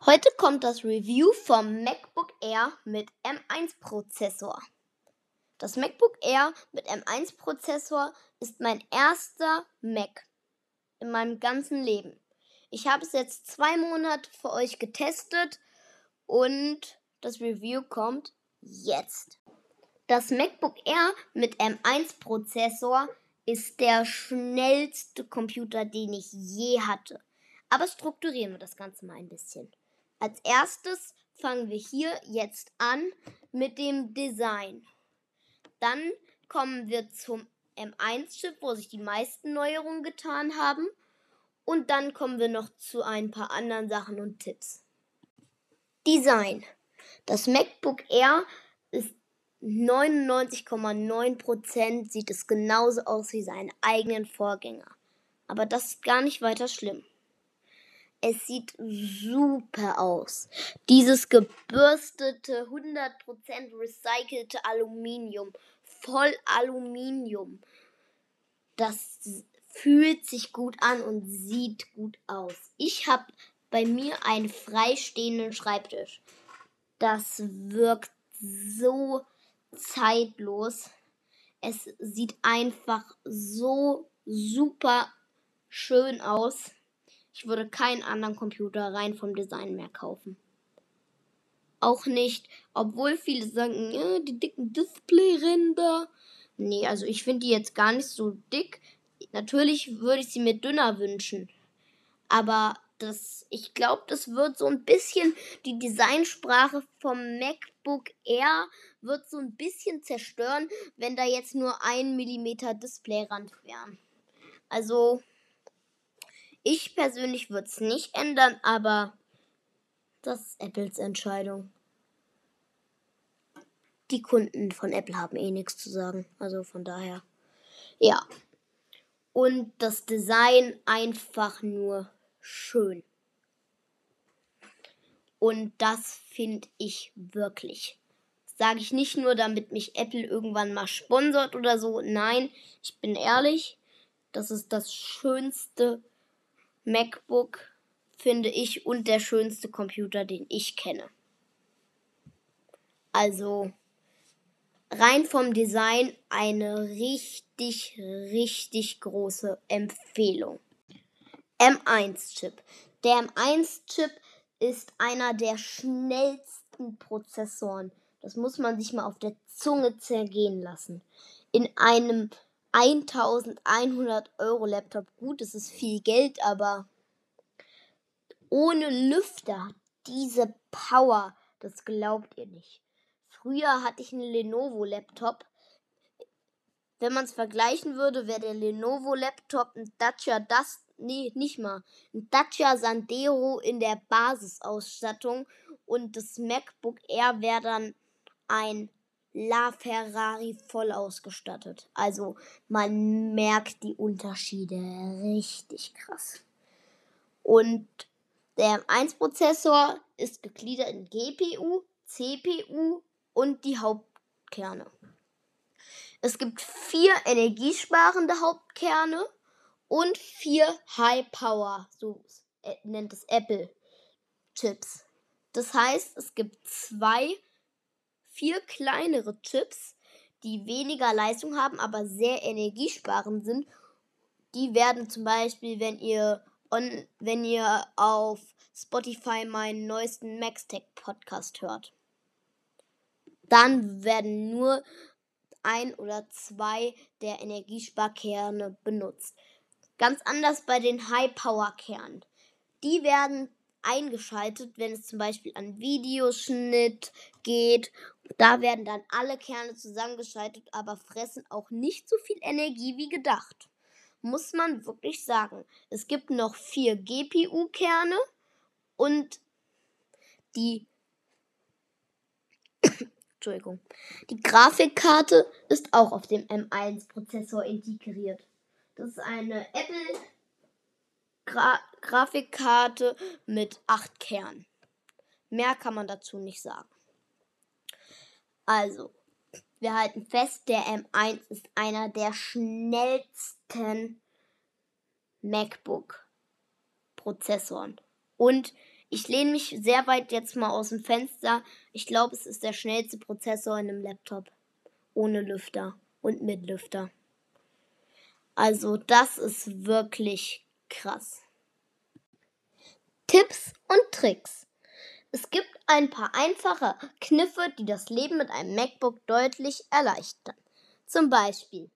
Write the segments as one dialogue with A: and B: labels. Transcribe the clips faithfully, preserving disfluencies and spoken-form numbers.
A: Heute kommt das Review vom MacBook Air mit M eins Prozessor. Das MacBook Air mit M eins Prozessor ist mein erster Mac in meinem ganzen Leben. Ich habe es jetzt zwei Monate für euch getestet und das Review kommt jetzt. Das MacBook Air mit M eins Prozessor ist der schnellste Computer, den ich je hatte. Aber strukturieren wir das Ganze mal ein bisschen. Als erstes fangen wir hier jetzt an mit dem Design. Dann kommen wir zum M eins Chip, wo sich die meisten Neuerungen getan haben. Und dann kommen wir noch zu ein paar anderen Sachen und Tipps. Design. Das MacBook Air ist neunundneunzig Komma neun Prozent sieht es genauso aus wie seine eigenen Vorgänger. Aber das ist gar nicht weiter schlimm. Es sieht super aus. Dieses gebürstete, hundert Prozent recycelte Aluminium, voll Aluminium, das fühlt sich gut an und sieht gut aus. Ich habe bei mir einen freistehenden Schreibtisch. Das wirkt so zeitlos. Es sieht einfach so super schön aus. Ich würde keinen anderen Computer rein vom Design mehr kaufen. Auch nicht, obwohl viele sagen, ja, die dicken Displayränder. Nee, also ich finde die jetzt gar nicht so dick. Natürlich würde ich sie mir dünner wünschen. Aber das, ich glaube, das wird so ein bisschen, die Designsprache vom MacBook Air wird so ein bisschen zerstören, wenn da jetzt nur ein Millimeter Displayrand wären. Also ich persönlich würde es nicht ändern, aber das ist Apples Entscheidung. Die Kunden von Apple haben eh nichts zu sagen, also von daher, ja. Und das Design einfach nur schön. Und das finde ich wirklich. Das sage ich nicht nur, damit mich Apple irgendwann mal sponsort oder so. Nein, ich bin ehrlich, das ist das schönste MacBook, finde ich, und der schönste Computer, den ich kenne. Also rein vom Design eine richtig, richtig große Empfehlung. M eins Chip. Der M eins Chip ist einer der schnellsten Prozessoren. Das muss man sich mal auf der Zunge zergehen lassen. In einem eintausendeinhundert Euro Laptop, gut, das ist viel Geld, aber ohne Lüfter, diese Power, das glaubt ihr nicht. Früher hatte ich einen Lenovo-Laptop. Wenn man es vergleichen würde, wäre der Lenovo-Laptop ein Dacia Dust, nee, nicht mal, ein Dacia Sandero in der Basisausstattung und das MacBook Air wäre dann ein LaFerrari voll ausgestattet. Also man merkt die Unterschiede richtig krass. Und der M eins Prozessor ist gegliedert in G P U, C P U und die Hauptkerne. Es gibt vier energiesparende Hauptkerne und vier High Power, so nennt es Apple, Chips. Das heißt, es gibt zwei, vier kleinere Chips, die weniger Leistung haben, aber sehr energiesparend sind. Die werden zum Beispiel, wenn ihr on, wenn ihr auf Spotify meinen neuesten MaxTech-Podcast hört, dann werden nur ein oder zwei der Energiesparkerne benutzt. Ganz anders bei den High-Power-Kernen. Die werden eingeschaltet, wenn es zum Beispiel an Videoschnitt geht. Da werden dann alle Kerne zusammengeschaltet, aber fressen auch nicht so viel Energie wie gedacht. Muss man wirklich sagen. Es gibt noch vier G P U-Kerne und die Entschuldigung. Die Grafikkarte ist auch auf dem M eins Prozessor integriert. Das ist eine Apple Gra- Grafikkarte mit acht Kernen. Mehr kann man dazu nicht sagen. Also, wir halten fest, der M eins ist einer der schnellsten MacBook-Prozessoren. Und Ich lehne mich sehr weit jetzt mal aus dem Fenster. Ich glaube, es ist der schnellste Prozessor in einem Laptop. Ohne Lüfter und mit Lüfter. Also das ist wirklich krass. Tipps und Tricks. Es gibt ein paar einfache Kniffe, die das Leben mit einem MacBook deutlich erleichtern. Zum Beispiel: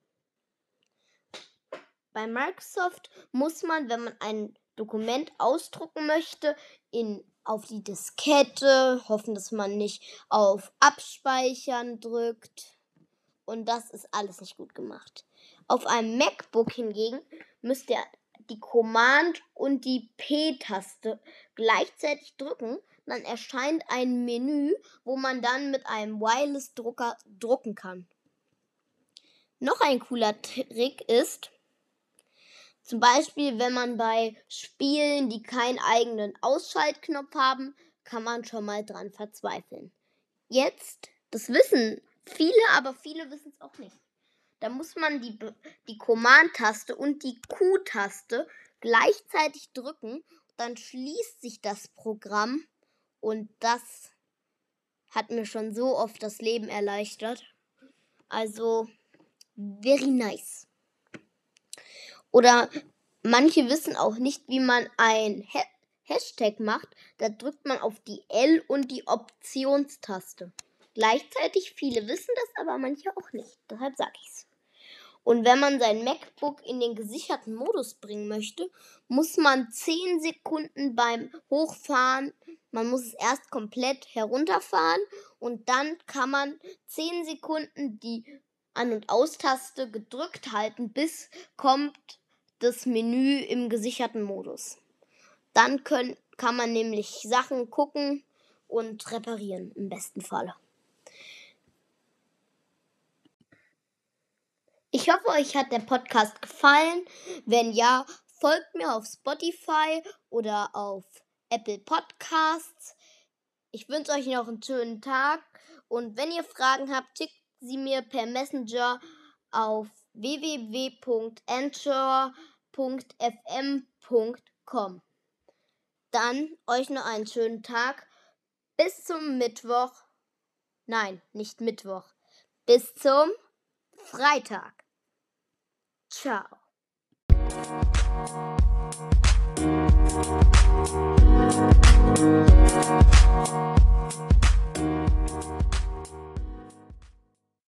A: Bei Microsoft muss man, wenn man ein Dokument ausdrucken möchte, in, auf die Diskette, hoffen, dass man nicht auf Abspeichern drückt. Und das ist alles nicht gut gemacht. Auf einem MacBook hingegen müsst ihr die Command- und die P-Taste gleichzeitig drücken. Dann erscheint ein Menü, wo man dann mit einem Wireless-Drucker drucken kann. Noch ein cooler Trick ist, zum Beispiel, wenn man bei Spielen, die keinen eigenen Ausschaltknopf haben, kann man schon mal dran verzweifeln. Jetzt, das wissen viele, aber viele wissen es auch nicht. Da muss man die, die Command-Taste und die Q-Taste gleichzeitig drücken. Dann schließt sich das Programm und das hat mir schon so oft das Leben erleichtert. Also, very nice. Oder manche wissen auch nicht, wie man ein ha- Hashtag macht. Da drückt man auf die L und die Optionstaste. Gleichzeitig, viele wissen das, aber manche auch nicht. Deshalb sage ich es. Und wenn man sein MacBook in den gesicherten Modus bringen möchte, muss man zehn Sekunden beim Hochfahren, man muss es erst komplett herunterfahren und dann kann man zehn Sekunden die An- und Aus-Taste gedrückt halten, bis kommt das Menü im gesicherten Modus. Dann können, kann man nämlich Sachen gucken und reparieren, im besten Falle. Ich hoffe, euch hat der Podcast gefallen. Wenn ja, folgt mir auf Spotify oder auf Apple Podcasts. Ich wünsche euch noch einen schönen Tag. Und wenn ihr Fragen habt, schickt sie mir per Messenger auf w w w punkt anchor punkt f m punkt com. Dann euch noch einen schönen Tag. Bis zum Mittwoch. Nein, nicht Mittwoch. Bis zum Freitag. Ciao.